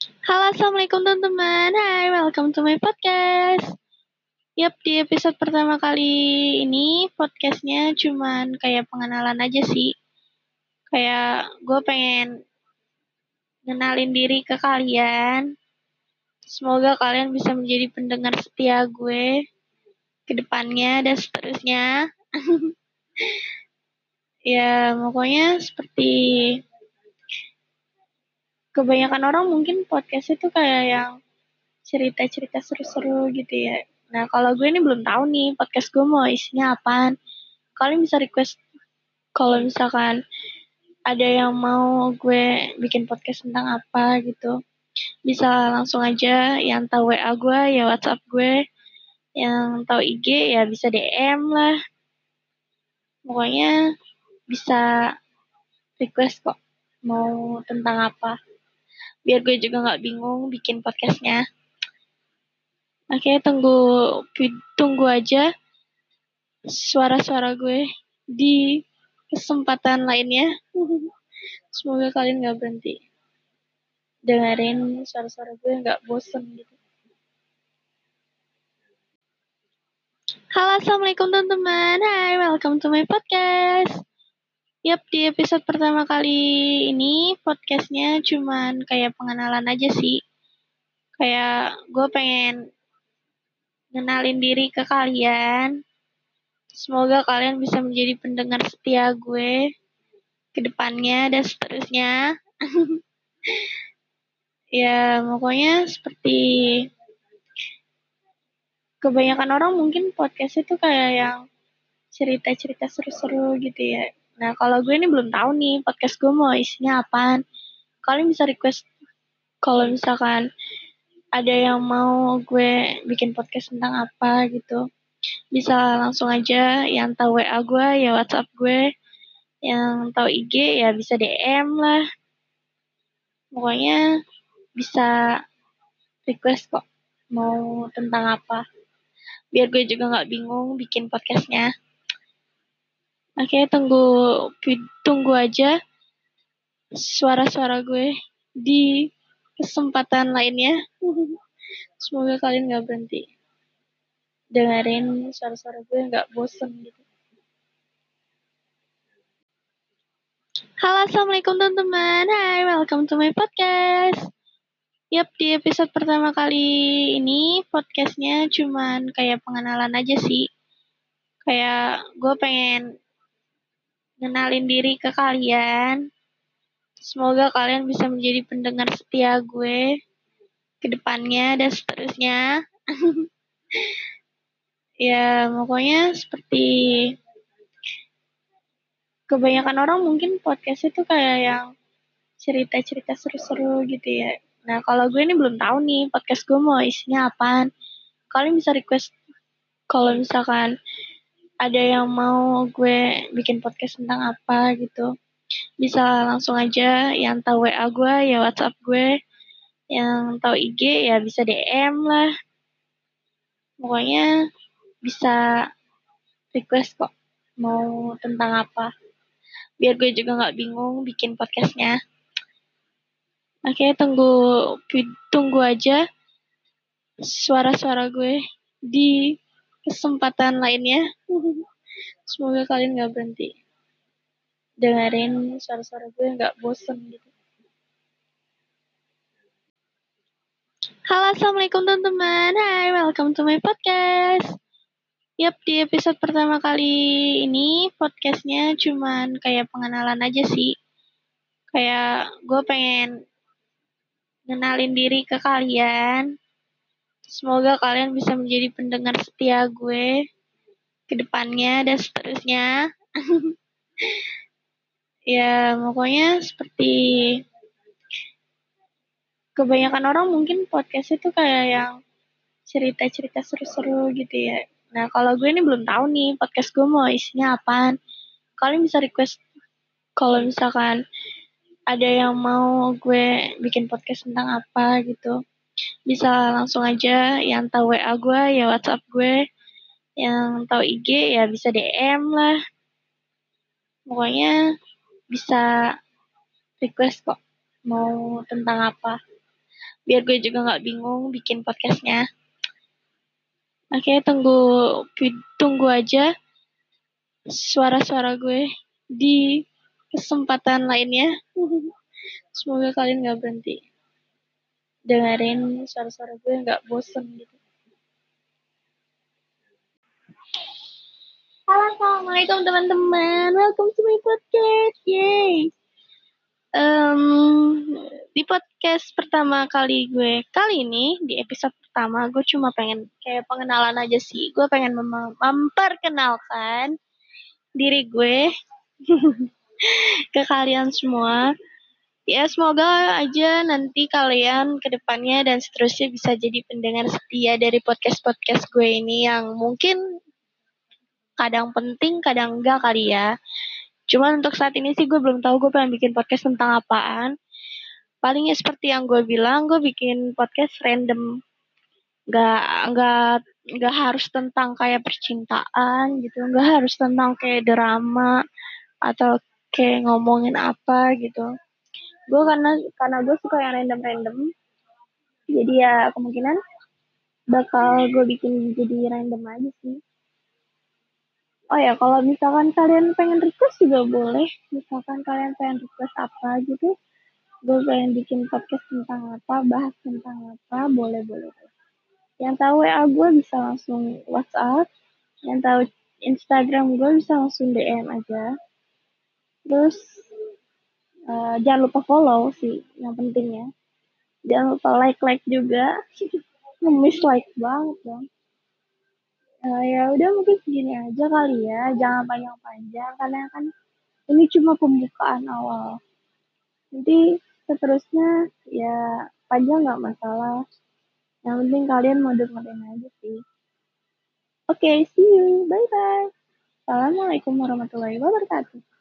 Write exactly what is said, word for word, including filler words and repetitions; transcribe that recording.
Halo, assalamualaikum teman-teman. Hai, welcome to my podcast. Yap, di episode pertama kali ini podcastnya cuman kayak pengenalan aja sih. Kayak gue pengen ngenalin diri ke kalian. Semoga kalian bisa menjadi pendengar setia gue ke depannya dan seterusnya. Ya, pokoknya seperti kebanyakan orang mungkin podcast itu kayak yang cerita-cerita seru-seru gitu ya. Nah, kalau gue ini belum tahu nih podcast gue mau isinya apaan. Kalian bisa request kalau misalkan ada yang mau gue bikin podcast tentang apa gitu. Bisa langsung aja, yang tahu W A gue ya WhatsApp gue, yang tahu I G ya bisa D M lah. Pokoknya bisa request kok mau tentang apa. Biar gue juga nggak bingung bikin podcastnya. Oke, tunggu tunggu aja suara-suara gue di kesempatan lainnya. Semoga kalian gak berhenti dengerin suara-suara gue, gak bosen gitu. Halo, assalamualaikum teman-teman. Hai, welcome to my podcast. Yap, di episode pertama kali ini podcastnya cuman kayak pengenalan aja sih. Kayak gue pengen ngenalin diri ke kalian. Semoga kalian bisa menjadi pendengar setia gue ke depannya dan seterusnya. Ya, pokoknya seperti kebanyakan orang mungkin podcast itu kayak yang cerita-cerita seru-seru gitu ya. Nah, kalau gue ini belum tahu nih podcast gue mau isinya apaan. Kalian bisa request kalau misalkan ada yang mau gue bikin podcast tentang apa gitu. Bisa langsung aja, yang tahu W A gue ya WhatsApp gue, yang tahu I G ya bisa D M lah. Pokoknya bisa request kok mau tentang apa. Biar gue juga nggak bingung bikin podcastnya. Oke, tunggu tunggu aja suara-suara gue di kesempatan lainnya. Semoga kalian gak berhenti dengerin suara-suara gue, gak bosen gitu. Halo, assalamualaikum teman-teman. Hai, welcome to my podcast. Yap, di episode pertama kali ini podcastnya cuman kayak pengenalan aja sih. Kayak gue pengen ngenalin diri ke kalian. Semoga kalian bisa menjadi pendengar setia gue ke depannya dan seterusnya. Ya, pokoknya seperti kebanyakan orang mungkin podcast itu kayak yang cerita-cerita seru-seru gitu ya. Nah, kalau gue ini belum tahu nih podcast gue mau isinya apaan. Kalian bisa request kalau misalkan ada yang mau gue bikin podcast tentang apa gitu. Bisa langsung aja, yang tahu W A gue ya WhatsApp gue, yang tahu I G ya bisa D M lah. Pokoknya bisa request kok mau tentang apa. Biar gue juga nggak bingung bikin podcastnya. Oke, tunggu tunggu aja suara-suara gue di kesempatan lainnya. Semoga kalian gak berhenti dengerin suara-suara gue, gak bosen gitu. Halo, assalamualaikum teman-teman. Hai, welcome to my podcast. Yap, di episode pertama kali ini podcastnya cuman kayak pengenalan aja sih. Kayak gue pengen ngenalin diri ke kalian. Semoga kalian bisa menjadi pendengar setia gue ke depannya dan seterusnya. Ya, pokoknya seperti kebanyakan orang mungkin podcast itu kayak yang cerita-cerita seru-seru gitu ya. Nah, kalau gue ini belum tahu nih podcast gue mau isinya apaan. Kalian bisa request kalau misalkan ada yang mau gue bikin podcast tentang apa gitu. Bisa langsung aja, yang tahu W A gue ya WhatsApp gue, yang tahu I G ya bisa D M lah. Pokoknya bisa request kok mau tentang apa. biar gue juga nggak bingung bikin podcastnya. Oke, tunggu tunggu aja suara-suara gue di kesempatan lainnya. Semoga kalian nggak berhenti dengerin suara-suara gue, nggak bosen gitu. Halo, assalamualaikum teman-teman, welcome to my podcast, yay. Um, di podcast pertama kali gue kali ini, di episode pertama, gue cuma pengen kayak pengenalan aja sih. Gue pengen mem- memperkenalkan diri gue ke kalian semua. Ya, semoga aja nanti kalian ke depannya dan seterusnya bisa jadi pendengar setia dari podcast-podcast gue ini yang mungkin kadang penting, kadang enggak kali ya. Cuman untuk saat ini sih gue belum tahu gue pengen bikin podcast tentang apaan. Palingnya seperti yang gue bilang, gue bikin podcast random. Nggak, nggak, nggak harus tentang kayak percintaan gitu. Nggak harus tentang kayak drama atau kayak ngomongin apa gitu. Gue karena karena gue suka yang random-random. Jadi ya kemungkinan bakal gue bikin jadi random aja sih. Oh ya, kalau misalkan kalian pengen request juga boleh. Misalkan kalian pengen request apa gitu, gue pengen bikin podcast tentang apa, bahas tentang apa, boleh-boleh. Yang tahu W A gue bisa langsung WhatsApp, yang tahu Instagram gue bisa langsung D M aja. Terus uh, jangan lupa follow sih, yang pentingnya. Jangan lupa like-like juga. Ngemis like banget dong. Uh, ya udah mungkin segini aja kali ya, jangan panjang-panjang karena kan ini cuma pembukaan awal. Nanti seterusnya ya panjang nggak masalah. Yang penting kalian mau dengerin aja sih. Oke, okay, see you. Bye-bye. Assalamualaikum warahmatullahi wabarakatuh.